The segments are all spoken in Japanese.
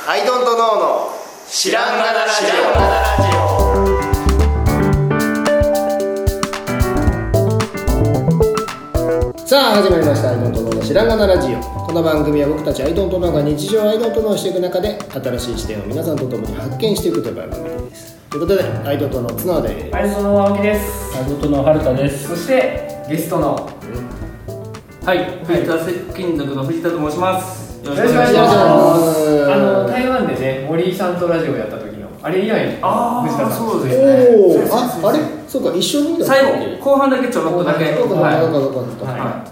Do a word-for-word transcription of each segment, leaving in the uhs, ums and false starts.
アイドントノーの知らんがなラジオ。さあ始まりましたアイドントノーの知らんがなラジオ。この番組は僕たちアイドントノーが日常アイドントノーしていく中で新しい視点を皆さんと共に発見していくという番組です。ということでアイドントノー角田です。 アイドントノー青木です。 アイドントノー春田です。 そしてゲストの、 うん、はい、藤田金属の藤田と申します。よろしくお願いします。あの台湾でね森井さんとラジオやった時のあれ以来藤田さん。 そうですね。 あ、あれそうか一緒に最後後半だけちょろっとだけ。 そうかはいそうかそうかそうか。 はい。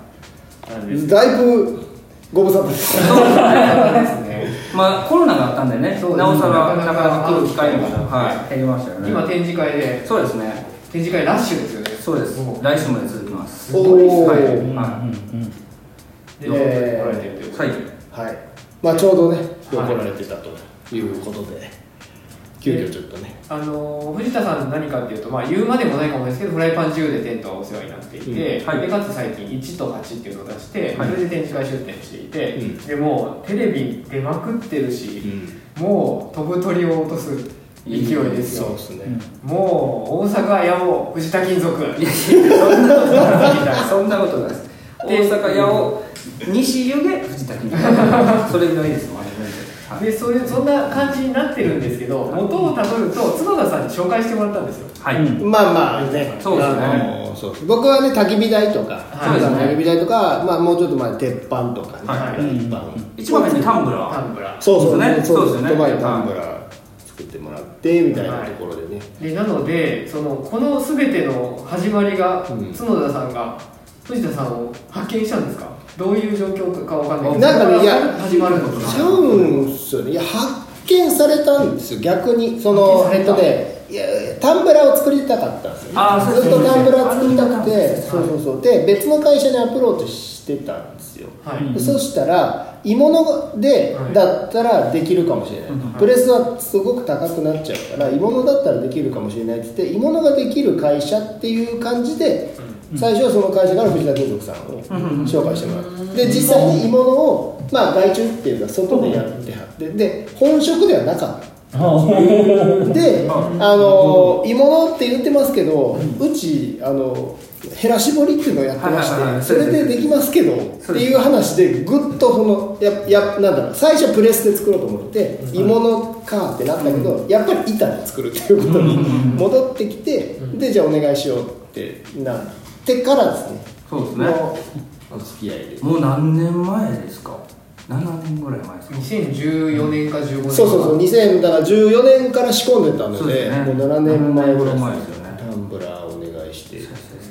だいぶご無沙汰です。 そうですね。まあコロナがあったんでね。なおさらなかなか来る機会もはい減りましたよね。 今展示会で。 そうですね。 展示会ラッシュですよね。 そうです。来週まで続きます。 おお。 はい。はい。 で、えー、来られてるということで。 はいはい、まあ、ちょうどね今日来られてたということで、はい、急遽ちょっとねあの藤田さん何かっていうと、まあ、言うまでもないかもですけどフライパンじゅうでテントはお世話になっていて、うんはい、でかつ最近いちとはちっていうのを出して、はい、それで展示会出展していて、うん、でもうテレビ出まくってるし、うん、もう飛ぶ鳥を落とす勢いですよ。 そうですね、 もう大阪八尾藤田金属。いやいやそんなことないです大阪八尾西湯気藤田金属それぐらいですもんね。 でそういうそんな感じになってるんですけど、元をたどると角田さんに紹介してもらったんですよ。 はい、 うん、まあまあね、 そうですね。 そう僕はね焚き火台とか、 はい、 焚き火台とか、まあもうちょっと前鉄板とかね、 はい、一番前にタンブラー、 タンブラー、 そうそうね、 そうですよね。 ちょっと前にタンブラー作ってもらってみたいなところでね。 はい、でなのでそのこのすべての始まりが、うん、角田さんが藤田さんを発見したんですか？どういう状況かわかんないけど、 なんかね、いや始まるのかな。 ちゃうんですよね。いや発見されたんですよ。逆にそのえっとね、いやタンブラーを作りたかったんですよ、ね。 あずっとタンブラー作りたくて、そうそうそうで別の会社にアプローチしてたんですよ。はい、そしたら鋳物でだったらできるかもしれない。はい、プレスはすごく高くなっちゃうから鋳物だったらできるかもしれないって言って鋳物ができる会社っていう感じで。最初はその会社から藤田金属さんを紹介してもらってで実際に鋳物を、まあ、外注っていうか外でやってはってで本職ではなかったであの鋳物って言ってますけどうちあのヘラ絞りっていうのをやってましてそれでできますけどっていう話でぐっとそのややなんだろう最初プレスで作ろうと思って鋳物かってなったけどやっぱり板で作るっていうことに戻ってきてでじゃあお願いしようってなってからですね。 そうですね。 お付き合いで。 もう何年前ですか。ななねんぐらい前ですか。 にせんじゅうよねんかじゅうごねんか。 そうそうそうにせんだからじゅうよねんから仕込んでたので、 ね、 もうななねんまえぐらいですよね。 タンブラーお願いして。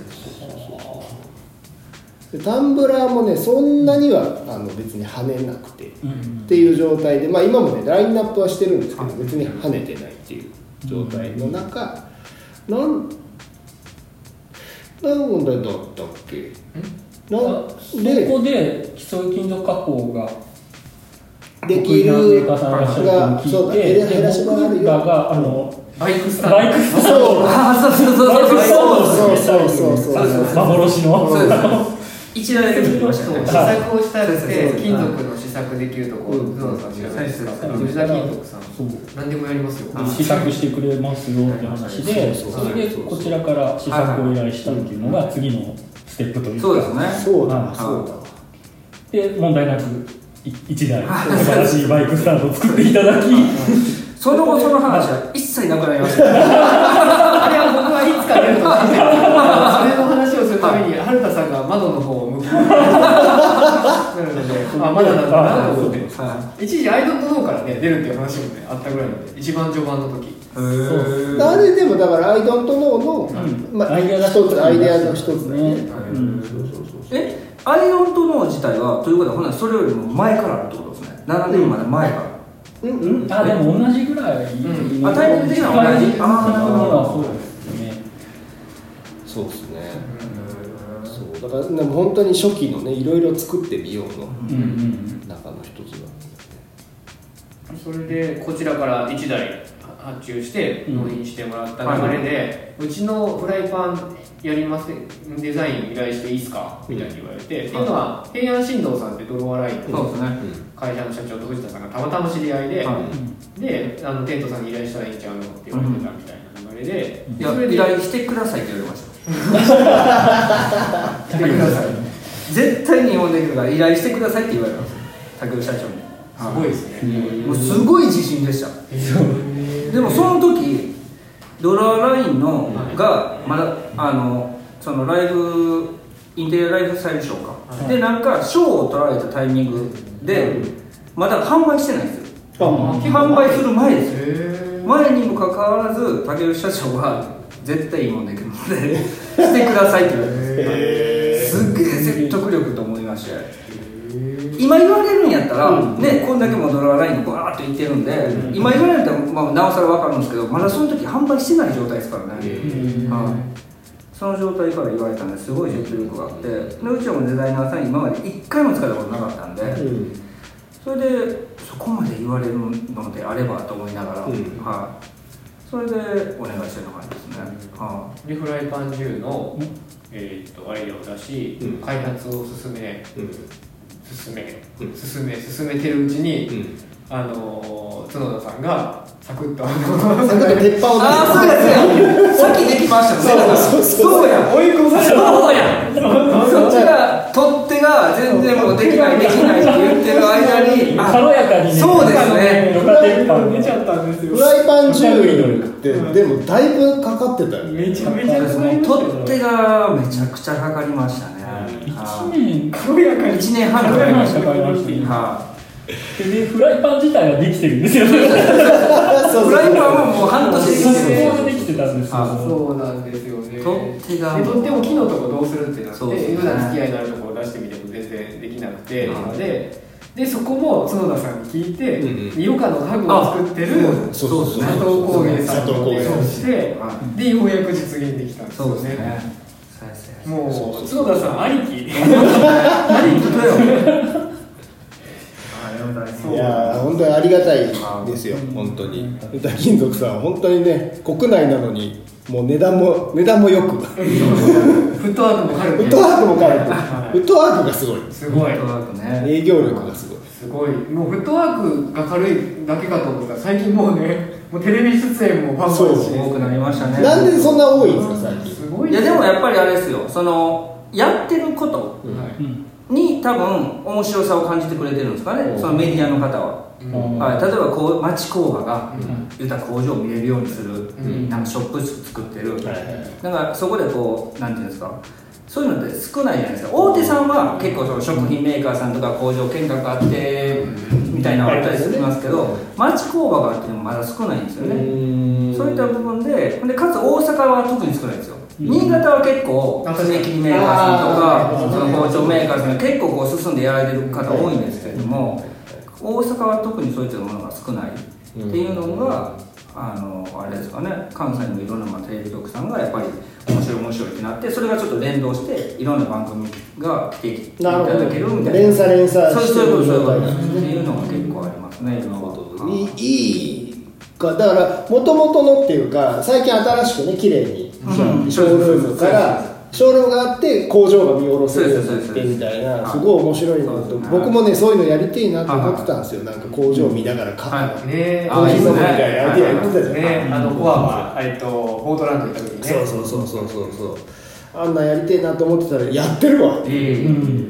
でタンブラーもねそんなにはあの別に跳ねなくて、うん、っていう状態で、まあ今もねラインナップはしてるんですけど別に跳ねてないっていう状態の中、うん、なん何問題だったっけ？ なそこで基礎金属加工ができるメーカーさんがいらっしゃると聞いて、で僕らがあのバイクスタバイクスタそうそうそうそうそう幻の一台だけ見ましたね。 試作をしたりして金属の試作できるところ角田さん知らないですか？藤田金属さん何でもやりますよ。 試作してくれますよって話でそれでこちらから試作を依頼したっていうのが次のステップというかそうですね。 そうだそうだで問題なく一台素晴らしいバイクスタンドを作っていただきその後その話は一切なくなりました。 あれは僕はいつか出ると思ってそれの話をするために春田さんが窓の方を向くなるのであまだなんだなと思って一時アイドントノーからね出るっていう話もねあったぐらいので一番序盤の時そうあれでもだからアイドントノーの、うんまあ、アイデアの一つアイデアの一つねえアイドントノー自体はということはほんならそれよりも前からあるってことですね。ななねんまで前からうんうん、あでも同じぐらい、うん、 あタイミング的には同じあそうですねそうですね、うん、そうだからでも本当に初期のねいろいろ作ってみようの中の一つだったんで、それでこちらからいちだい発注して納品してもらった流れで、うん、うちのフライパンやりますデザイン依頼していいですかみたいに言われて、うん、っていうのは平安振動さんってドロワラインの会社の社長と藤田さんがたまたま知り合いで、はい、であのテントさんに依頼したらいいんちゃうのって言われてたみたいな流れで、 うん、いや依頼してくださいって言われましたしてください絶対に日本できるから依頼してくださいって言われます竹内社長に。 すごいですね。 もうすごい自信でした。でもその時ドララインのがまだあのそのライブインテリアライフスタイルショーか、はい、でなんか賞を取られたタイミングでまだ販売してないんですよ。販売する前ですよ。前にもかかわらず竹内社長は絶対いいもんできるのでしてくださいって言われてすっげえ説得力と思いまして。今言われるんやったら、うん、ね、こんだけもドララインがバーッといってるんで、うん、今言われるんやったら、まあ、なおさら分かるんですけどまだその時販売してない状態ですからね、うんはい、その状態から言われたんですごい説得力があってでうちはもうデザイナーさん今まで一回も使ったことなかったんで、うん、それでそこまで言われるのであればと思いながら、うんはい、それでお願いしてる感じですね、うんはい、でフライパンじゅうの、えー、とアイデアを出し、うん、開発を進め、うん進め、うん、進め進めてるうちに、うん、あの角田さんがサクッとあのサクッと鉄板を出してああそうですよさっきできましたもんねそうそうそうそうや追い込まれたそうやそっちが取っ手が全然もうできないできないって言ってる間に軽やかにねそうですねフライパン出ちゃったんですよフライパンじゅうってでもだいぶかかってたよねめちゃめちゃかかりました取っ手がめちゃくちゃかかりましたねいちねん軽やかにいちねんはんかかりましたかかりましたねはでフライパン自体はできてるんですよねフライパンはもう半年できてできてたんですけどそうなんですよね取っ手がでとっても木のとこどうするってなって普段付き合いのあるところを出してみても全然できなくてなのででそこも角田さんに聞いて井岡の家具を作ってる佐藤工芸さんと提案してでようやく実現できたんですよねもう角田さんありきありきだよいや本当にありがたいですよ本当に歌金属さん本当にね国内なのにもう値段も値段もよくフットワークも軽くフットワークも軽くフットワークがすごいすごい営業力がすごいすごいもうフットワークが軽いだけかと思ったら最近もうねもうテレビ出演もパンパンし多くなりましたねなんでそんな多いんですか最近すごいいやでもやっぱりあれですよそのやってること、うんに多分面白さを感じてくれてるんですかねそのメディアの方は、うんはい、例えばこう町工場が言った工場を見れるようにする、うん、なんかショップ作ってる、うん、だからそこでこうなんていうんですかそういうのって少ないじゃないですか大手さんは結構その食品メーカーさんとか工場見学があってみたいなのがあったりしますけど町工場があってもまだ少ないんですよねそういった部分ででかつ大阪は特に少ないんですよ新潟は結構爪切りメーカーさんとかその包丁メーカーさんが結構こう進んでやられてる方多いんですけれども大阪は特にそういったものが少ないっていうのがあのあれですかね関西のいろんなまあテレビ局さんがやっぱり面白い面白いってなってそれがちょっと連動していろんな番組が来ていただけるみたいな連鎖連鎖してる状態っていうのが結構ありますね今は。 いいかだからもともとのっていうか最近新しくね綺麗にうん、ショールームからショールームがあって工場が見下ろせるようになってみたいなすごい面白いなと僕もねそういうのやりてえなと思ってたんですよなんか工場を見ながら買ったのねコーヒー飲むみたいなアイデアやってたじゃんねあのコアはえっとポートランド行った時にねそうそうそうそうそうそうあんなやりてえなと思ってたらやってるわ、うん、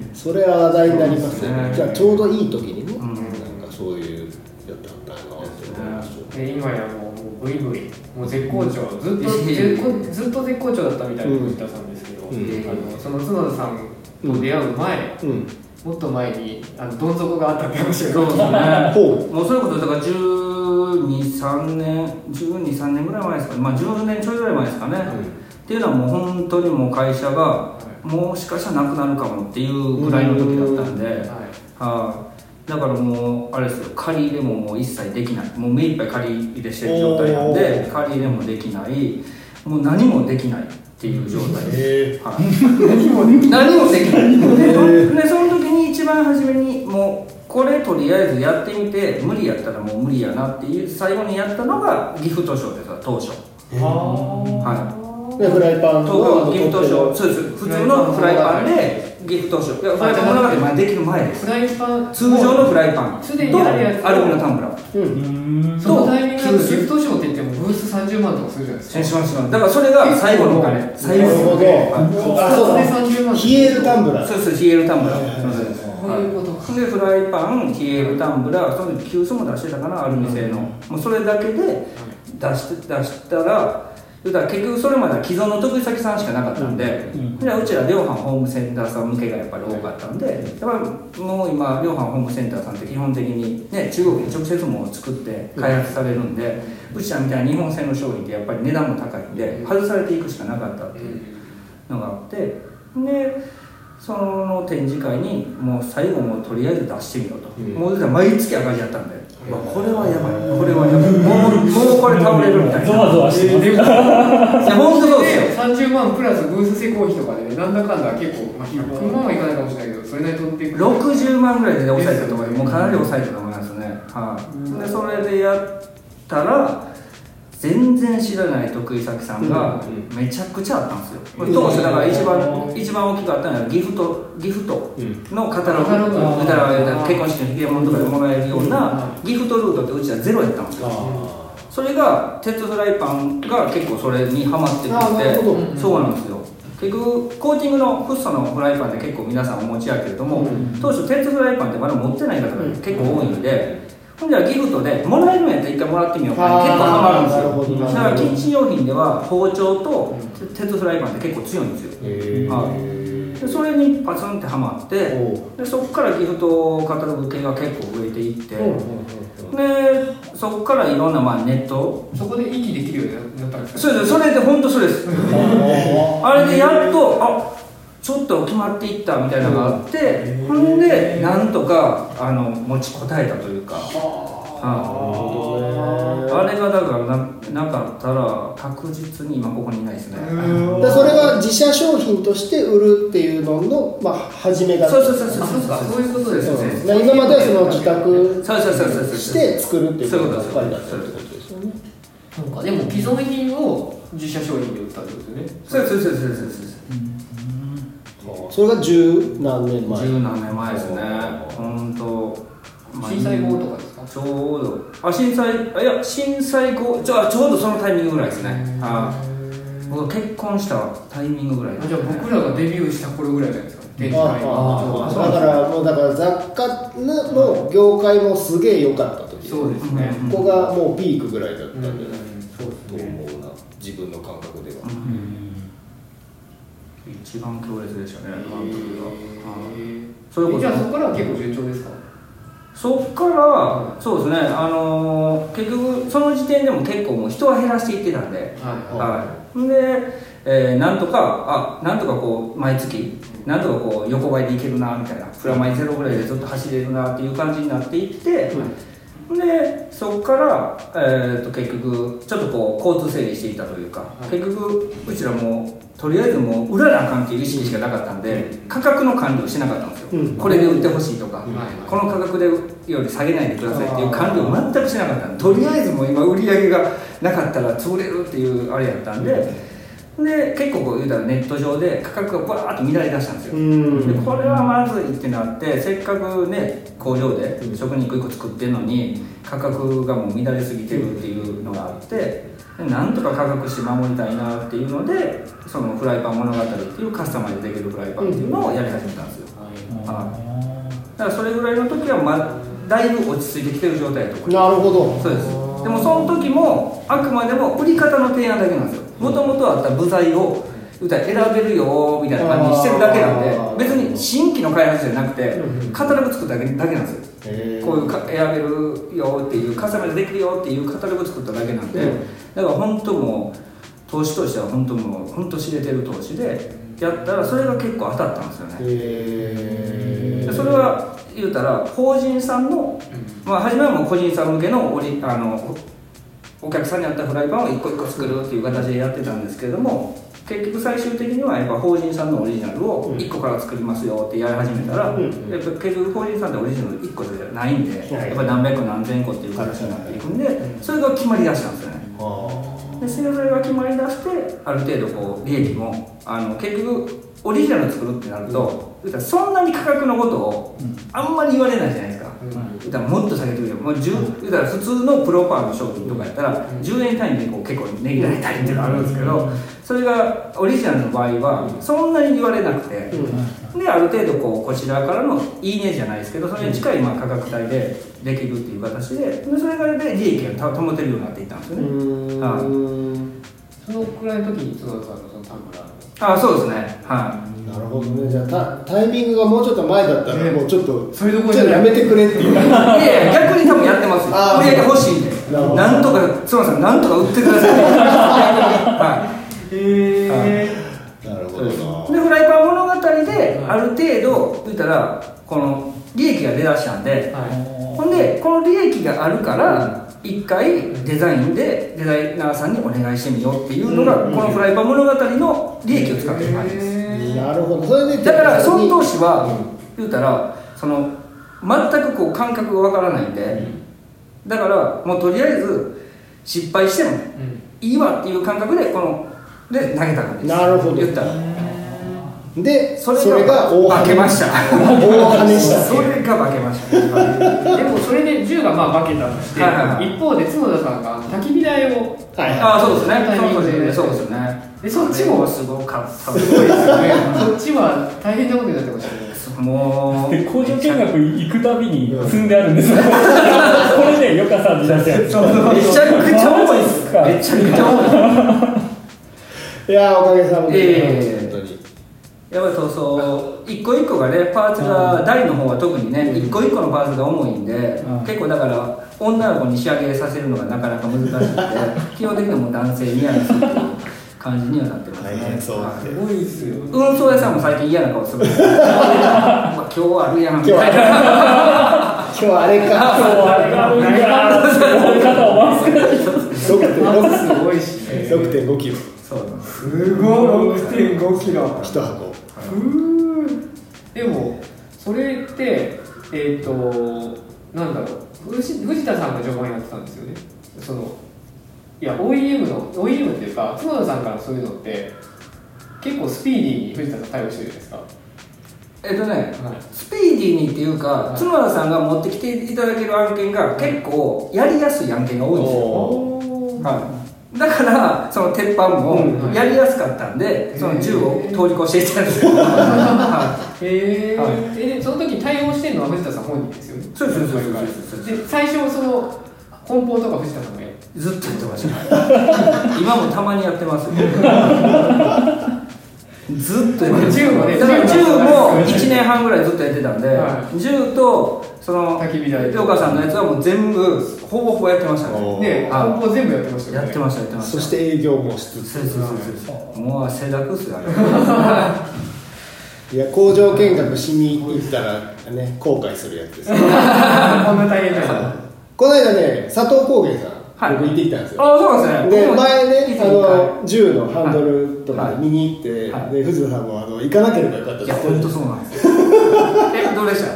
それは話題になりますよねじゃあちょうどいい時にね、うん、なんかそういうやってはったんやなって思いましたね今やもうブイブイもう絶好調ずっと絶好ずっと絶好調だったみたいな藤田さんですけど、うん、あのその角田さんと出会う前、うん、もっと前にあのどん底があったって話がそうですねもうそういうことだからじゅうに、さんねんじゅうに、さんねんぐらい前ですかねまあじゅうねんちょいぐらい前ですかね、うん、っていうのはもう本当にもう会社がもしかしたらなくなるかもっていうぐらいの時だったんで、はいはいあだからもうあれですよ借り入れももう一切できないもう目いっぱい借り入れしてる状態なんで借り入れもできないもう何もできないっていう状態です、はい、何もできない何もできないでその時に一番初めにもうこれとりあえずやってみて無理やったらもう無理やなっていう最後にやったのがギフトショーです当初はいでフライパンとギフトショーそうです普通のフライパンでギフトショー、いやフライパン物語までできる前です。 フライパン通常のフライパンすでにあるやつとアルミのタンブラー、 うんそのタイミングだとギフトショーって言ってもブースさんじゅうまんとかするじゃないですか。 しますします。だからそれが最後のお金、最後のお金。 あ、そうだ、冷えるタンブラー。 そうそう、冷えるタンブラー。 こういうことか。 でフライパン、冷えるタンブラー、その時急須も出してたかな、アルミ製の。もうそれだけで出して出したら。だから結局それまでは既存の得意先さんしかなかったんで、うん、でうちら量販ホームセンターさん向けがやっぱり多かったんで、やっぱりもう今量販ホームセンターさんって基本的に、ね、中国に直接も作って開発されるんで、うん、うちらみたいな日本製の商品ってやっぱり値段も高いんで外されていくしかなかったっていうのがあって、でその展示会にもう最後もとりあえず出してみようと、うん、もう毎月赤字やったんで、まあ、これはやばい、これはやばい、もう、もうこれ倒れるみたいな。 ゾワゾワしてます。 でも、 いや、本当そうですよ。 さんじゅうまんプラスブース施工費とかでね、なんだかんだ結構、まあ、ひゃくまんはいかないかもしれないけど、それなりに取っていく。 ろくじゅうまんぐらいで抑えたと思います。もうかなり抑えたと思いますね。はい、で、それでやったら、全然知らない得意先さんがめちゃくちゃあったんですよ。当初だから一番一番大きかったのはギフトギフトのカタログ、言ったら結婚式の引き物とかでもらえるようなギフトルートってうちはゼロやったんですよ。それが鉄フライパンが結構それにハマってきて、そうなんですよ。結局コーティングのフッ素のフライパンって結構皆さんお持ちやけれども、当初鉄フライパンってまだ持ってない方が結構多いので。ほんじゃギフトでもらえるんやったら一回もらってみようか、結構ハマるんですよ。だからキッチン用品では包丁と鉄フライパンって結構強いんですよ。はい、でそれにパツンってハマって、でそこからギフトカタログ系が結構増えていって、でそこからいろんなまあネット、 そこで息できるようになったんですか。 そうです、それで本当そうです。あれでやっとあちょっと決まっていったみたいなのがあって、ほんでなんとかあの持ちこたえたというか、あ, あれがだから な, なかったら確実に今ここにいないですね。 でそれが自社商品として売るっていうのの、まあ、始めがそうそうそうそうそういうことですよね。 今まではその企画して作るっていうことばっかりだったってことですよね。 そうか、でも既存品を自社商品で売ったってことですよね。 そうそうそうそうそうそう。 それが十何年前。 十何年前ですね。本当。 震災後とかですか。 ちょうど。あ、震災、あ、いや、震災後、じゃあちょうどそのタイミングぐらいですね。あ、僕結婚したタイミングぐらい。 じゃあ僕らがデビューした頃ぐらいじゃないですか。展示会ああ、だからもうだから雑貨の業界もすげえ良かった時。 そうですね。 ここがもうピークぐらいだったんじゃない。そうと思うな。自分の感覚では。 一番強烈でしたね、監督が。 そういうこと。じゃあそこからは結構順調ですか。 そっからそうですね、あのー、結局その時点でも結構もう人は減らしていってたんで、はいはいはい、で、えー、なんとかあなんとかこう毎月なんとかこう横ばいでいけるなみたいな、プラマイゼロぐらいでずっと走れるなっていう感じになっていって、うん、でそこから、えー、と結局ちょっとこう交通整理していたというか、はい、結局うちらもとりあえずもう売らなあかんっていう意識しかなかったんで、価格の管理をしなかったんですよ、うん、これで売ってほしいとか、うん、この価格でより下げないでくださいっていう管理を全くしなかったんで、とりあえずもう今売り上げがなかったら潰れるっていうあれやったんで、で結構こう言うたらネット上で価格がバーッと乱れ出したんですよ、うん、でこれはまずいってなって、せっかくね工場で職人一個一個作ってるのに価格がもう乱れすぎてるっていうのがあって、なんとか価格して守りたいなっていうので、そのフライパン物語っていうカスタマイズできるフライパンっていうのをやり始めたんですよ、うん、はい、だからそれぐらいの時は、ま、だいぶ落ち着いてきてる状態だと思います。 なるほど。 そうです。でもその時もあくまでも売り方の提案だけなんですよ。もともとあった部材を選べるよみたいな感じにしてるだけなんで、別に新規の開発じゃなくてカタログ作っただけだけなんですよ。こういうか選べるよっていうカスタマイズできるよっていうカタログ作っただけなんで、だから本当もう投資としては本当もう本当知れてる投資でやったら、それが結構当たったんですよね。へー。それは言うたら法人さんの、まあ初めはもう個人さん向けのオリあのお客さんに合ったフライパンを一個一個作るっていう形でやってたんですけれども、結局最終的にはやっぱ法人さんのオリジナルをいっこから作りますよってやり始めたら、うん、やっぱ結局法人さんってオリジナルいっこじゃないんで、うん、やっぱ何百個何千個っていう形になっていくんで、それが決まりだしたんですよね。でそれが決まりだして、ある程度こう利益もあの結局オリジナル作るってなるとそんなに価格のことをあんまり言われないじゃないですか、うん、だからもっと下げてくれよ、もうじゅうだから普通のプロパーの商品とかやったらじゅうえん単位でこう結構値切られたりっていうのがあるんですけど、それがオリジナルの場合はそんなに言われなくて、である程度こうこちらからのいいねじゃないですけど、それに近いまあ価格帯でできるっていう形で、でそれがで利益が保てるようになっていったんですよね。はい、 そのくらいの時に角田さんのそのタンブラー、 あ、そうですね、はい、 なるほどね。じゃあタイミングがもうちょっと前だったら、もうちょっとそれどころちょっとやめてくれっていう。いやいや、逆に多分やってますよ。売り上げ欲しいんで、なんとか角田さんなんとか売ってください。はい。 へえ。 なるほどな。 でフライパン物語である程度言ったらこの利益が出だしたんで、はい、ほんでこの利益があるから一回デザインでデザイナーさんにお願いしてみようっていうのがこのフライパン物語の利益を使ってる感じです。 なるほど。それでだから孫投資は言うたらその全くこう感覚がわからないんで、だからもうとりあえず失敗してもいいわっていう感覚でこので投げた感じです。 なるほど。 言ったらでそれが化けました。 大跳ねした。 それが化けました。 でもそれでじゅうがまあ化けたとして、はいはいはい、一方で角田さんが焚き火台を、 はいはい、ああそうですね。そうですね。そうですね。 でそっちもすごかった。 すごいですよね。そっちは大変なことになってましたね。 もう工場見学行くたびに積んであるんですよ。これでよかさんに出してやつ。 めちゃくちゃ重いですか。めちゃくちゃ重い。 いやおかげさまで、 えー、本当にやっぱりそうそう一個一個がねパーツが台の方は特にね一個一個のパーツが重いんで、うん、結構だから女の子に仕上げさせるのがなかなか難しくて基本的にはもう男性にやらせるっていう感じにはなってますね。 大変そう、 すごいですよ。 運送屋さんも最近嫌な顔する。今日あるやんみたいな。 今日あれか。 今日あれがあるんだ。 ろくてんごすごいしね。 ろくてんごキロ。 すごいろくてんごキロ一箱。 うーでもそれってえっ、ー、となんだろう藤藤田さんが序盤やってたんですよね。そのいや オーイーエム の オーイーエム っていうか角田さんからそういうのって結構スピーディーに藤田さん対応してるじゃないですか。 えっとね、はい、スピーディーにっていうか、はい、角田さんが持ってきていただける案件が結構やりやすい案件が多いんですよ。はい、だからその鉄板もやりやすかったんで、うん、その銃を通り越していったんですよ。 へえ、はい、でその時対応してるのは藤田さん本人ですよね。 そうそうそうそうで最初その梱包とか藤田さんがやるずっとやってました。今もたまにやってますよ。ずっとやってます。 銃もね、 だから銃もいちねんはんぐらいずっとやってたんで、はい、銃とその焚き火台岡さんのやつはもう全部ほぼほぼやってましたね。 で、梱包全部やってましたよね。 やってましたやってました。 そして営業もしつつ。 そうそうそうそう。もう汗だくっすよね。 いや工場見学しに行ったらね後悔するやつです。こんな大変だ。 この間ね佐藤工芸さん。はい、僕行ってきたんですよ。 ああそうなんですね。 で前ねあの銃のハンドルとか見に行って、はい、で藤田さんもあの行かなければよかったです。 いや本当そうなんですよ。えどうでした？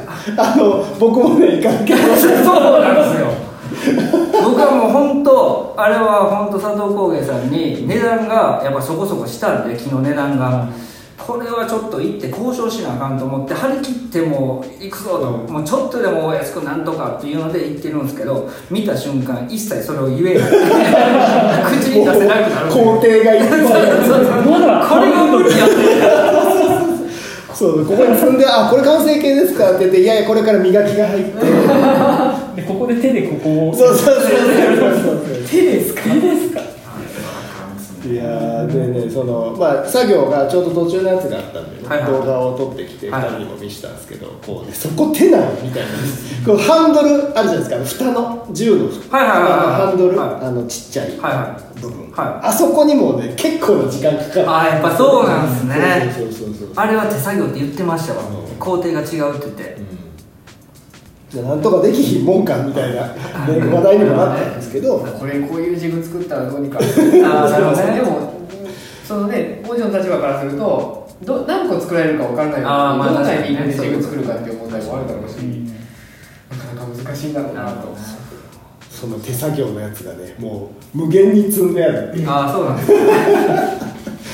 あの僕もね行かなければ。 そうなんですよ。僕はもう本当あれは本当佐藤工芸さんに値段がやっぱそこそこしたんで木の値段が。これはちょっと行って交渉しなあかんと思って張り切ってもう行くぞと、うん、もうちょっとでもお安くなんとかっていうので行ってるんですけど見た瞬間一切それを言えない口に出せなくなる工程がいっぱいこれが無理やってそうここに積んであこれ完成形ですかって言っていやいやこれから磨きが入ってでここで手でここをそうそうそうそう手ですか手ですかいやでねそのまあ作業がちょうど途中のやつがあったんで、ねはいはい、動画を撮ってきてふたりにも見せたんですけど、はい、こうねそこ手なのみたいなこうハンドルあるじゃないですか蓋の銃の蓋のハンドル、はい、あのちっちゃい部分、はい、あそこにもね結構な時間かかる。 あやっぱそうなんですね。 そうそうそうそうあれは手作業って言ってましたわ、うん、工程が違うって言って、うんじゃなんとかできひんもんかみたいな話題にもなったんですけどこれこういうジグ作ったらどうにかあなるほど、ね、でもそのね工場の立場からするとど何個作られるか分からないからどのタイミングでジグ作るかっていう問題もあるだろうし、うん、なかなか難しいんだろうなと。 その手作業のやつがねもう無限に積んであるっていう。 あそうなんですね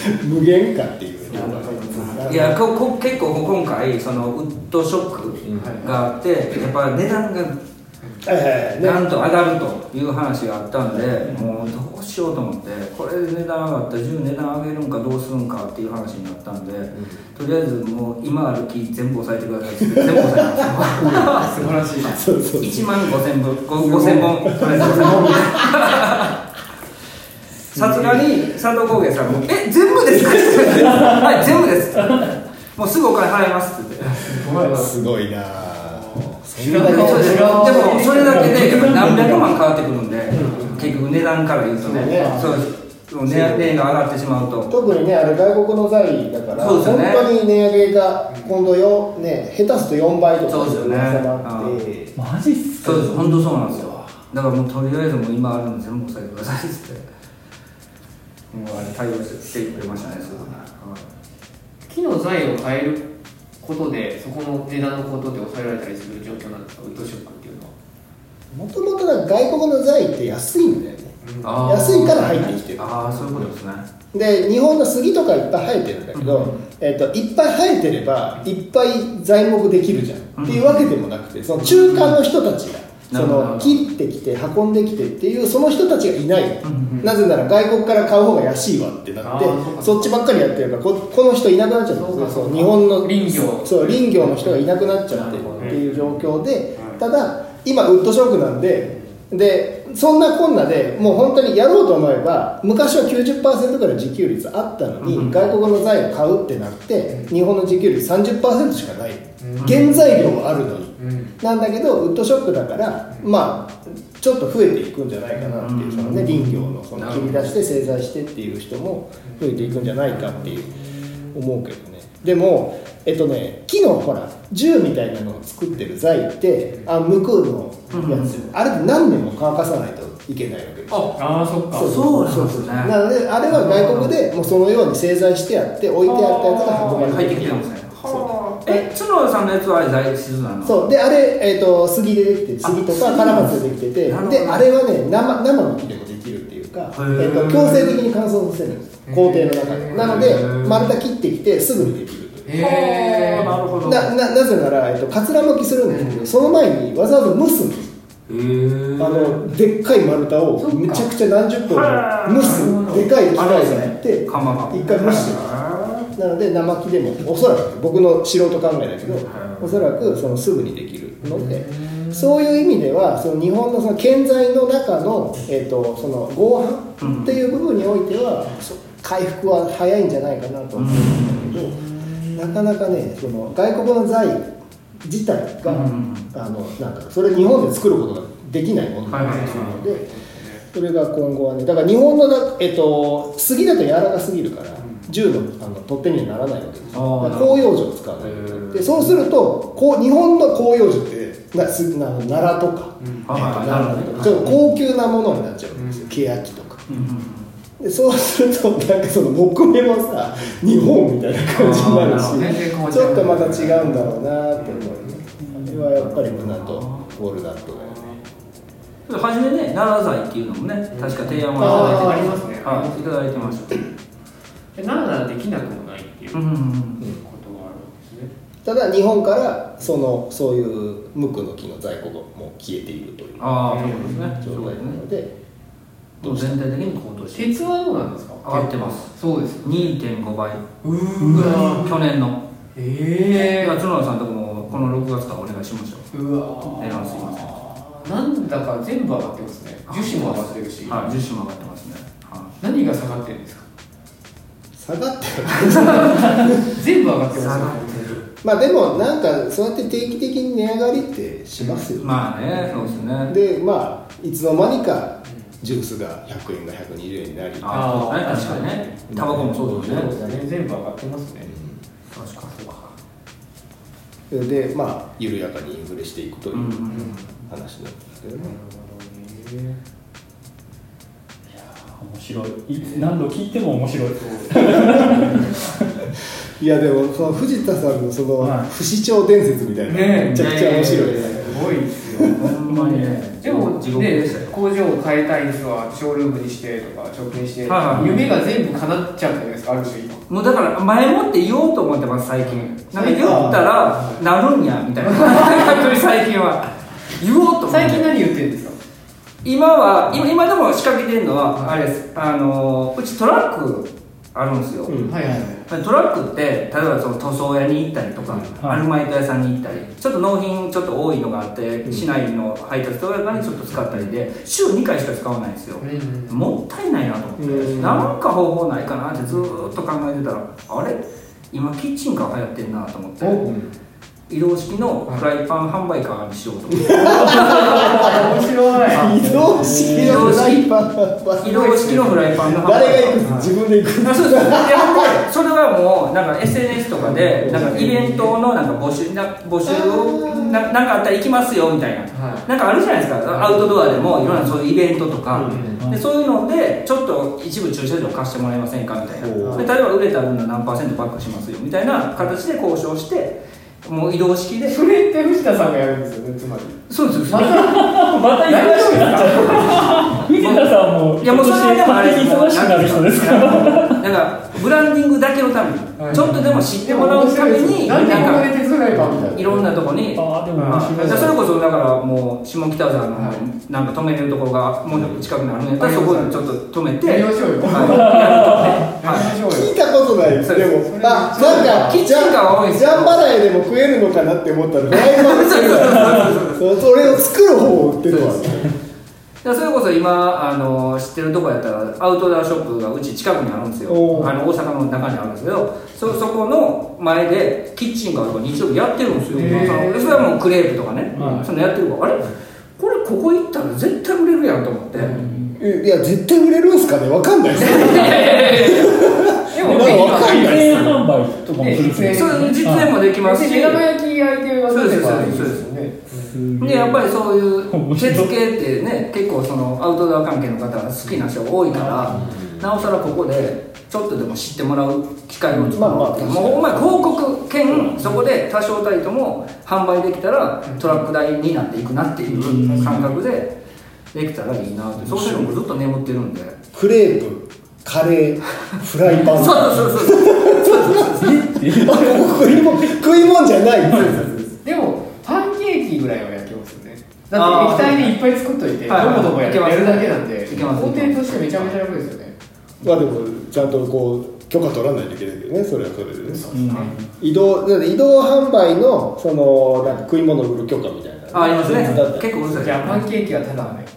無限化っていう。 いやここ結構今回そのウッドショックがあって、やっぱ値段がなんと上がるという話があったんで、もうどうしようと思って、これで値段上がったら銃値段上げるんかどうするんかっていう話になったんで、とりあえずもう今ある木全部押さえてくださいって全部押さえたんですよ。素晴らしい。そうそう。いちまんごせんぶん、ごせんぼん、とりあえずごせんぼん。さすがに佐藤工芸さんも「え全部ですか?」はい全部です」もうすぐお金払います」って言ってすごいなでもそれだけで何百万変わってくるんで、結局値段から言うとね、そう値上げが上がってしまうと、 特にねあれ外国の財だから、本当に値上げが今度よね下手すとよんばいとかそうですよね。 マジっすか？ そうです、本当そうなんですよ。だからもうとりあえずもう今あるの全部押さえてくださいって言って。もうあれ対応してくれましたね、すぐに。 木の材を変えることで、そこの値段のことで抑えられたりする状況なんですか、ウッドショックっていうのは。 もともと外国の材って安いんだよね、うん、安いから入ってきてる。 ああ、そういうことですね。 で日本の杉とかいっぱい生えてるんだけど、うん、えー、といっぱい生えてればいっぱい材木できるじゃん、うん、っていうわけでもなくて、その中間の人たちが、うん、その切ってきて運んできてっていうその人たちがいない、うん、なぜなら外国から買う方が安いわってなって、そっちばっかりやってるから こ, この人いなくなっちゃうんですよ。日本の林業そう林業の人がいなくなっちゃってるっていう状況で、ただ今ウッドショックなんででそんなこんなでもう本当にやろうと思えば、昔は きゅうじゅっパーセント から自給率あったのに、うん、外国の材を買うってなって日本の自給率 さんじゅっパーセント しかない、うん、原材料はあるのに、うん、なんだけどウッドショックだから、まあちょっと増えていくんじゃないかなっていう、そのね林業のその切り出して製材してっていう人も増えていくんじゃないかっていう思うけどね。でもえっとね木のほら銃みたいなのを作ってる材ってあ無垢のやつ、うん、あれって何年も乾かさないといけないわけですよ。 ああ、そっか。 そうそうそうそう。なのであれは外国でもうそのように製材してあって置いてあったやつが運ばれて入ってきたんですね。え、角田さんのやつはあれ材質なの？ そうで、あれ、えー、と杉でできて杉とかカラマツでできてて、であれはね 生, 生の木でもできるっていうか、えー、と強制的に乾燥させるんです、工程の中で。なので丸太切ってきてすぐにできる。 へー、なるほど。 な, な, なぜなら、えっと、かつらむきするんですけど、その前にわざわざ蒸すんです。へー、あのでっかい丸太をめちゃくちゃ何十本も蒸すでかい機械があって一回蒸してる。なので生木でもおそらく僕の素人考えだけど、おそらくそのすぐにできるので、そういう意味ではその日本のその建材の中の、えー、とその合板っていう部分においては、うん、回復は早いんじゃないかなと思うんだけど、うん、なかなかねその外国の材自体が、うん、あのなんかそれ日本で作ることができないものだったりするので、はいはいはい、それが今後はねだから日本の、えー、と杉だと柔らかすぎるから銃 の, あの取っ手にはならないわけですよ。広葉樹を使わない。でそうするとこう日本の広葉樹ってなすな奈良とか、うん、奈良とかちょっと高級なものになっちゃうんですよ、うん、欅とか、うん、でそうするとなんかその木目もさ日本みたいな感じになるし、ちょっとまた違うんだろうなって思うね。あれはやっぱりブナとウォルナットだよね。 初めね奈良材っていうのもね確か提案はありますね。 はい、いただいてました。 奈良ならできなくもないっていうことがあるんですね。 ただ日本からそのそういう無垢の木の在庫がもう消えているというあそうですね状態なので、 全体的に高騰して鉄はどうなんですか？ 上がってます。 そうです。 にてんご 倍うわ去年の。 ええー。 角田さんとこもこのろくがつからお願いしましょう。うわえー、すいません。 なんだか全部上がってますね。樹脂も上がってるし、 はい、樹脂も上がってますね。 はい、何が下がってるんですか？ 下がってる全部上がってますよね。 まあでもなんかそうやって定期的に値上がりってしますよね。 まあね、そうですね。 でまあいつの間にかジュースがひゃくえんがひゃくにじゅうえんになり、 ああ、ね、確かにね。タバコもそうですね。 そうですね。全部上がってますね。 うん、確かそうか。でまあ緩やかにインフレしていくという話なんですけどね。 うんうん、面白い。いつ何度聞いても面白い。 いやでもその藤田さんのその不死鳥伝説みたいな、ね、めちゃくちゃ面白いです。 すごいですね。 よほんまにね。 でもね、工場を変えたい人はショールームにしてとか直径して、はいはい、夢が全部叶っちゃうじゃないですか、ある種今もうだから前もって言おうと思ってます最近。なんか言ったらなるんやみたいな本当に最近は言おうと思って。 最近何言ってるんですか？ 今は 今, 今でも仕掛けてるのはあれです、あのうちトラックあるんですよ、うんはいはいはい、トラックって例えばその塗装屋に行ったりとか、うんはい、アルバイト屋さんに行ったりちょっと納品ちょっと多いのがあって、うん、市内の配達とかにちょっと使ったりで週にかいしか使わないんですよ、うん、もったいないなと思って、うん、なんか方法ないかなってずっと考えてたらあれ今キッチンカー流行ってるなと思って、うん移動式のフライパン販売カーにしようと思って面白い移動式のフライパン移動式のフライパンの販売カー誰が行くんです自分で行くんですそうそうでそれはもうなんか エスエヌエス とかでなんかイベントのなんか募集な募集をななんかあったら行きますよみたいな、はい、なんかあるじゃないですかアウトドアでもいろんなそういうイベントとか、うん、でそういうのでちょっと一部駐車場貸してもらえませんかみたいなで例えば売れた分の何パーセントバックしますよみたいな形で交渉してもう移動式でそれって藤田さんがやるんですよねつまりそうですまたまた忙しくなっちゃう藤田さんもいやもうそれはでもあれ忙しくなる人ですからなんかブランディングだけのために、はい、ちょっとでも知ってもらうためになんでここで手伝えばみたいないろんなとこにあでも面白いそれこそだからもう下北沢のなんか止めれるところがもう近くにあるんやったらそこにちょっと止めてやりましょうよ聞いたことないですでもあなんかキッチンカーは多いですジャンバラヤでも食えるのかなって思ったらフライパン作るそれを作る方を売ってるわそれこそ今あの知ってるとこやったらアウトドアショップがうち近くにあるんですよあの大阪の中にあるんですけど そ, そこの前でキッチンカーとか日曜日やってるんですよそれはもうクレープとかね、うん、そのやってるからあれこれここ行ったら絶対売れるやんと思って、 うん、いや絶対売れるんすかね分かんないですでも実演販売とかもするそう実演もできますし目玉焼き焼いてそうですそうですそうですでやっぱりそういう手付けってね結構そのアウトドア関係の方が好きな人が多いからなおさらここでちょっとでも知ってもらう機会を作って、まあまあ、もうお前広告兼そこで多少たりとも販売できたらトラック代になっていくなっていう感覚でできたらいいなってそういうのもずっと眠ってるんでクレープカレーフライパンそうそうそうそう食い物食い物じゃないでもパンケーキぐらいは焼けますよねだって液体でいっぱい作っといてどこどこやるだけなんで工程としてめちゃめちゃ楽ですよねまあでもちゃんとこう許可取らないといけないけどねそれはそれでね、うん、移動だって移動販売のそのなんか食い物を売る許可みたいな、ね、 あありますね結構うるさいじゃあパンケーキはただね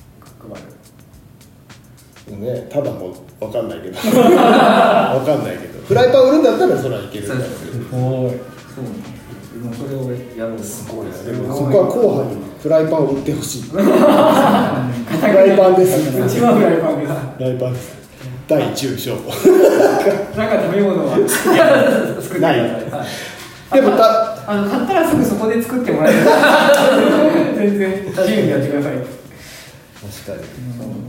ね、ただも分かんないけど分かんないけどフライパン売るんだったらそれはいけるんだけどすごいそうそれをやるすごいなでもそこは後半にフライパンを売ってほしいフライパンです一番フライパンですフライパンです大中小なんか食べ物は少ないでもたあの買ったらすぐそこで作ってもらえる全然自由にやってください確かに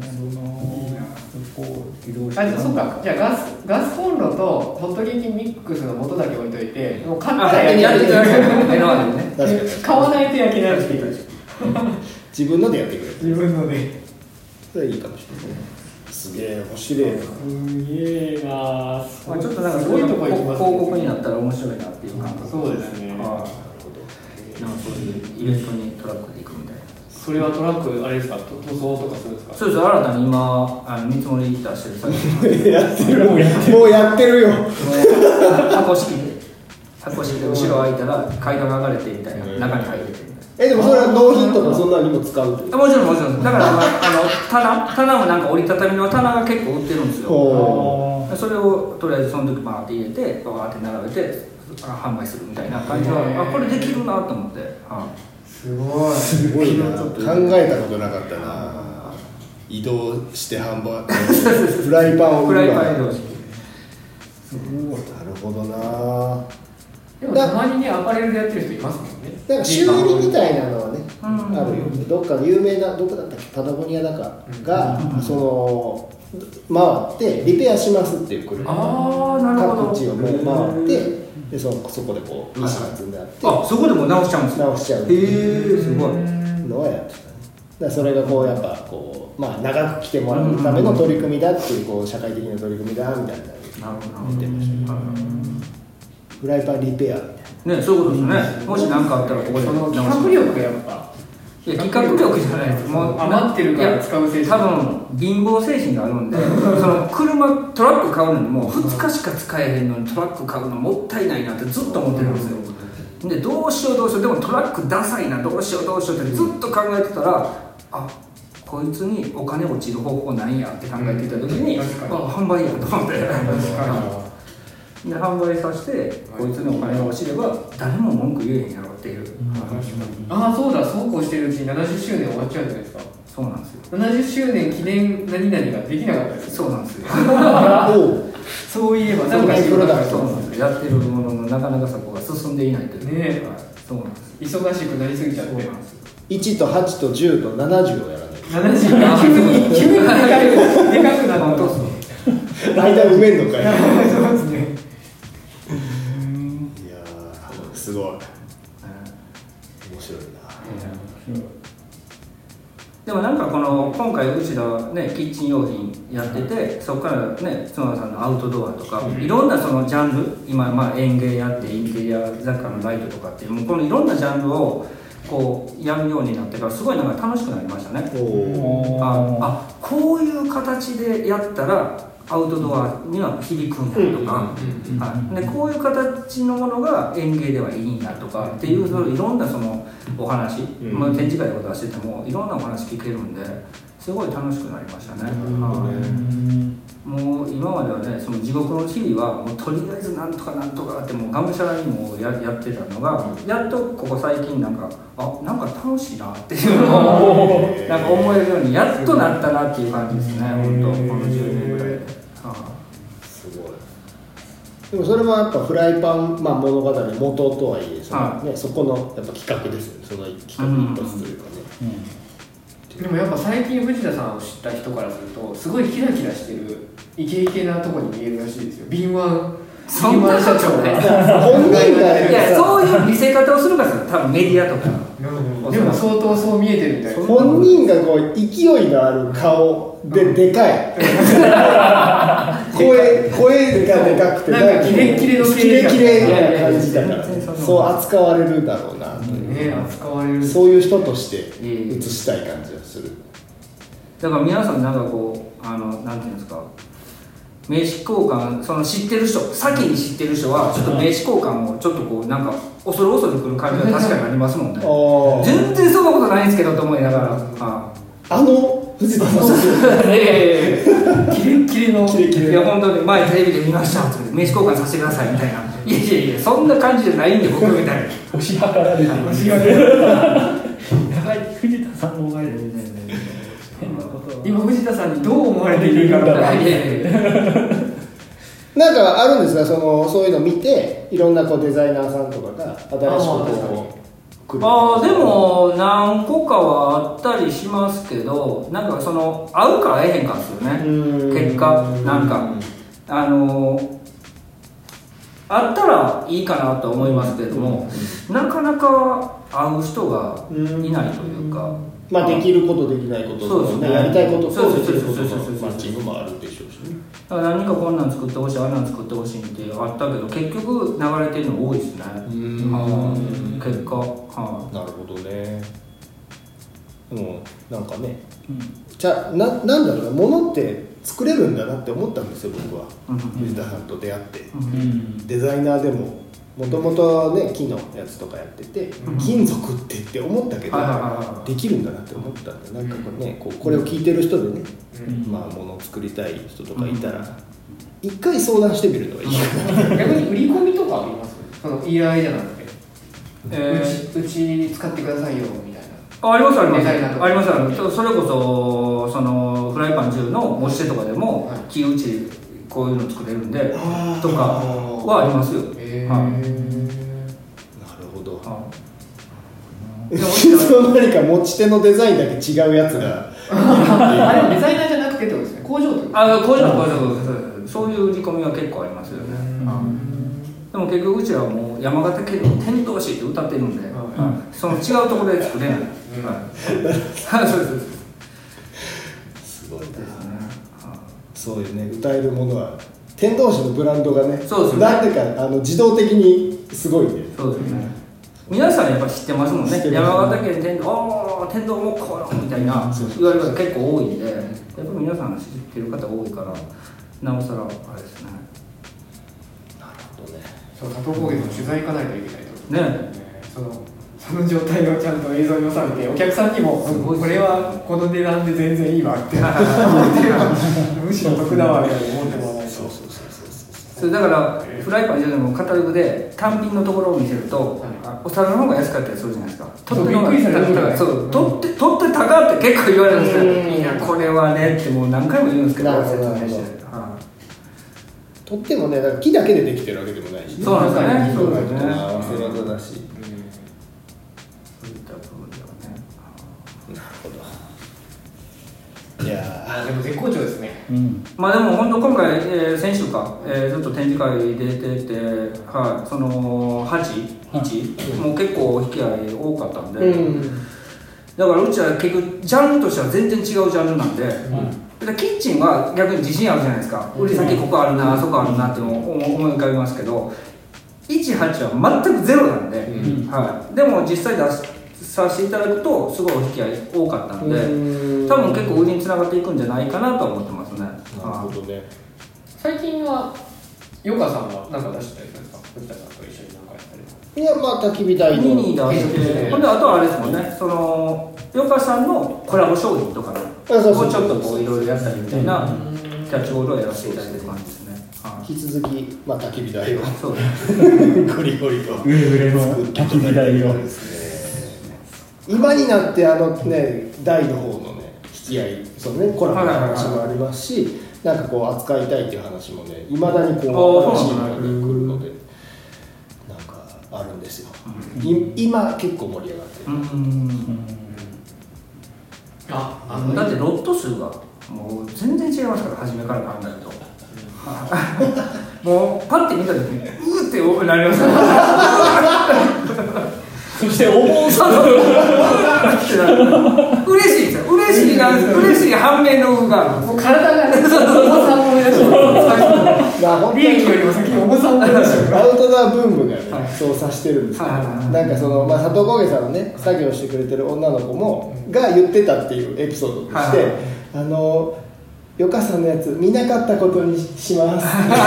あそうかじゃあガスガスコンロとホットケーキミックスの素だけ置いといてもう買ったら焼けない買わないと焼けないっていう自分のでやってくれる自分のでそれいいかもしれないすげえ面白いなすげえなまあちょっとなんかすごいとこ行きます広告になったら面白いなっていう感覚そうですねなるほどなんかそういうイベントにトラックで行くみたいなそれはトラックあれですか塗装とかするんですかそうです新たに今あの見積もり出してる先やってるもうやってるよ箱式で箱式で後ろ開いたら階段が上がれてみたいな中に入れてえでもそれは納品とかそんなにも使うってもちろんもちろんだからあの棚棚もなんか折りたたみの棚が結構売ってるんですよそれをとりあえずその時バーって入れてバーって並べて販売するみたいな感じはあこれできるなと思ってあすごいすごいな考えたことなかったな移動して販売フライパンを売るわなるほどなでもたまにねアパレルでやってる人いますもんねなんか修理みたいなのはねあるよねどっかの有名などこだったっけパタゴニアだかがその回ってリペアしますっていう車あなるほど各地をもう回ってで そ, そこでこうミシンが積んであってあそこでも直しちゃうんです直しちゃうへえすごいのはやってたね。だからそれがこうやっぱこう、まあ、長く来てもらうための取り組みだっていう、こう社会的な取り組みだみたいな言ってましたね。フライパンリペアみたいなね、そういうことですね。もし何かあったらここでその企画力がやっぱいや企画力じゃないです。 もう余ってるから使う精神。 多分貧乏精神があるんでその車トラック買うのにもうふつかしか使えへんのにトラック買うのもったいないなってずっと思ってるんですよ。でどうしようどうしよう、でもトラックダサいな、どうしようどうしようってずっと考えてたら、あ、こいつにお金落ちる方法ないやって考えていた時に、うん、あ販売やと思ってで販売させてこいつにお金が落ちれば誰も文句言えへんやろっていう、うん、 ああそうだ、そうこうしてるうちにななじゅっしゅうねん終わっちゃうんじゃないですか。 そうなんですよ。 ななじゅっしゅうねん記念何々ができなかったです。 そうなんですよそういえばなんかそうなんですよ。やってるもののなかなかそこが進んでいないというね。 はい、そうなんです。 忙しくなりすぎちゃっていちとはちとじゅうとななじゅうをやらない。 ななじゅう急に急にでかくでかくなるのと間埋めんのかい。 そうですね。 いやーすごい面白いな。 でもなんかこの今回うちらねキッチン用品やってて、そこからね角田さんのアウトドアとか、いろんなそのジャンル、今まあ園芸やってインテリア雑貨のライトとかっていう、もうこのいろんなジャンルをこうやるようになってからすごいなんか楽しくなりましたね。ああこういう形でやったらアウトドアには響くんやとか、はい、でこういう形のものが園芸ではいいんやとかっていう、いろんなそのお話、うんまあ、展示会とか出しててもいろんなお話聞けるんですごい楽しくなりましたね。もう今まではねその地獄の日々はもうとりあえずなんとかなんとかってもうがむしゃらにもや, やってたのが、やっとここ最近なんかあなんか楽しいなっていうのをなんか思えるようにやっとなったなっていう感じですね。本当このじゅうねんぐらいで。 すごい。でもそれもやっぱフライパン、まあ、物語の元とはいえその、ね、そこのやっぱ企画ですよね。その企画の一つというかね、 うんうん、でもやっぱ最近藤田さんを知った人からするとすごいキラキラしてるイケイケなとこに見えるらしいですよ。敏腕敏腕社長が本来いやそういう見せ方をするから多分メディアとかでも相当そう見えてるみたいな。 本人がこう勢いのある顔ででかい声, 声がでかくてなんかキレッキレのキレキレな感じだからそう扱われるだろうな、 ね、扱われるそういう人として映したい感じがする。 だから皆さんなんかこうあのなんていうんですか、名刺交換、その知ってる人、先に知ってる人はちょっと名刺交換をちょっとこうなんか恐る恐る来る感じが確かにありますもんね全然そんなことないんですけどと思いながら、あ, あの藤田さんいやいやいやキレッキレのキレキレいや本当に前テレビで見ましたって名刺交換させてくださいみたいな、いやいやいやそんな感じじゃないんで僕みたいな押し量られてる押し量られてるやばい藤田さんのお前で変なこと今藤田さんにどう思われているかみたいななんかあるんですか、そのそういうのを見ていろんなこうデザイナーさんとかが新しくこう来る。 ああでも何個かはあったりしますけど、なんかその合うか合えへんかですよね結果。なんかあのあったらいいかなと思いますけれども、なかなか会う人がいないというか、 まあできることできないことと、ね、やりたいこととできることのマッチングもあるでしょうしね。 だから何かこんなん作ってほしい、あんなん作ってほしいってあったけど結局流れてるの多いですね。うん結果、はあ、なるほどね。でもなんかね、うん、じゃあ な, なんだろうな、物って作れるんだなって思ったんですよ僕は、うん、藤田さんと出会って、うん、デザイナーでももともとね木のやつとかやってて、うん、金属ってって思ったけど、うん、できるんだなって思ったんで、なんかこうねこうこれを聞いてる人でね、うん、まあ物を作りたい人とかいたら、うん、一回相談してみるのがいいかな。 逆に売り込みとかあります？その依頼じゃなくて、えー、う, ちうちに使ってくださいよみたいな。 あ, ありますありますありますあります。それこそそのフライパン中の持ち手とかでも、はい、木打ちこういうの作れるんでとかはありますよ。えーはい、 なるほど。その何か持ち手のデザインだけ違うやつがあれデザイナーじゃなくてってことですね。工場とか。 あ工場工場そういう売り込みは結構ありますよね。でも結局うちはもう山形県の天童市って歌ってるんで、うん、その違うところで作れない。 そうですすごいですね。そういうね、歌えるものは天童市のブランドがね、 そうですね、 なんでかあの自動的にすごいね。 そうですね、皆さんやっぱ知ってますもんね。山形県天童、ああ天童もこうみたいな言われる方結構多いんで、やっぱり皆さん知ってる方多いからなおさらあれですね。 なるほどね。 そう佐藤工芸の取材行かないといけないとね、 ね、そのその状態をちゃんと映像に収めてお客さんにもこれはこの値段で全然いいわってむしろ得だわみたいな思ってもらわないと。そうそうそうそれだからフライパンじゃなくてもカタログで単品のところを見せると、はい、お皿の方が安かったりするじゃないですか。取っての方が高い。そう取って取って高って結構言われるんですけど、いやこれはねってもう何回も言うんですけど、説明して。 取ってもね、だから木だけでできてるわけでもないし、ね、 そうなんですね。 そうなんですね。合わせ技だし。いやでも絶好調ですね、 うん、 まあでも本当今回、えー、先週か、えー、ずっと展示会出てて、はい、そのはち、いち、もう結構引き合い多かったんで、うん、だからうちは結局ジャンルとしては全然違うジャンルなんで、うん、キッチンは逆に自信あるじゃないですか。売り先ここあるな、あそこあるなって思い浮かびますけど、いちはちは全くゼロなんで、うん、はい、でも実際出すさせていただくとすごいお引き合い多かったので、多分結構売りにつながっていくんじゃないかなと思ってますね。 なるほどね。 最近はヨカさんは何か出したりするんですか？藤田さんと一緒に何かやったり。 いや、まあ焚き火台にに出して、ほんであとはあれですもんね、そのヨカさんのコラボ商品とかをちょっとこういろいろやったりみたいなキャッチボールをやらせていただいてる感じですね。 引き続き、まあ、焚き火台をそうですゴリゴリと上上の焚き火台を今になってあのね台の方のね引き合い、そのねコラボの話もありますし、なんかこう扱いたいっていう話もね、いまだにこう新しいのが来るので、なんかあるんですよ。今結構盛り上がってる。うんああのだってロット数がもう全然違いますから、初めから考えると。もうパッて見た時にうーって多くなりますそして重さ嬉しいですよ。嬉しいな、嬉しい反面の運がもう体がね、重さを思い出して利益よりも先に重さを思い出してアウトドアブームがね、はい、そうさしてるんですけど、はい、なんかその、まあ、佐藤工芸さんのね作業してくれてる女の子もが言ってたっていうエピソードとして、はい、あのヨカさんのやつ見なかったことにします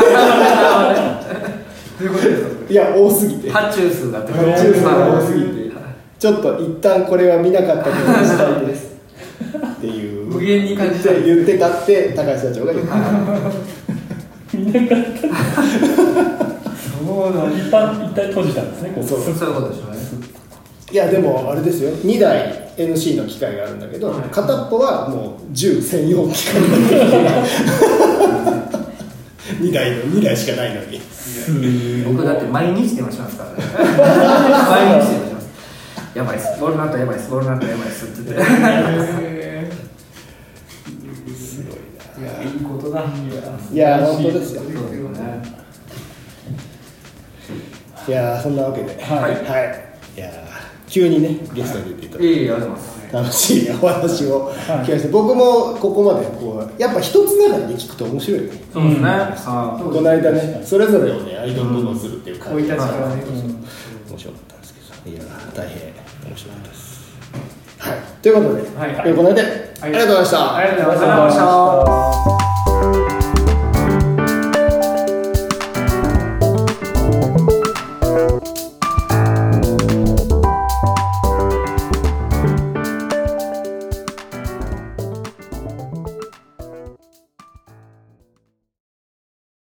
どういうことですか？ いや多すぎて発注数がって発注数が多すぎてちょっと一旦これは見なかったことにしたいですっていう無限に感じた言ってたって高橋社長が言ってた見なかったそうなん一旦一旦閉じたんですね。 そうそういうことでしょうね。 いやでもあれですよ、にだい エヌシー の機械があるんだけど、はい、片っぽはもう銃専用機械にだいのにだいしかないのに僕だって毎日電話しますからね毎日電話します。やばいっす、ボールナットやばいっす、ボールナットやばいっすって言ってすごいな。いやいいことだ。 いや本当ですよ。いやそんなわけで、はい、はい、いや急にねゲストに出ていただいて、 はい、 楽しいお話を聞かせて、はい、僕もここまでこうやっぱ一つながりで聞くと面白いね。 そうですね。 この間ねそれぞれをねアイドルドローするっていう感じで、 うん、面白かったんですけど、いや大変面白かったです。はい、ということで、はい、この間ありがとうございました。 ありがとうございました。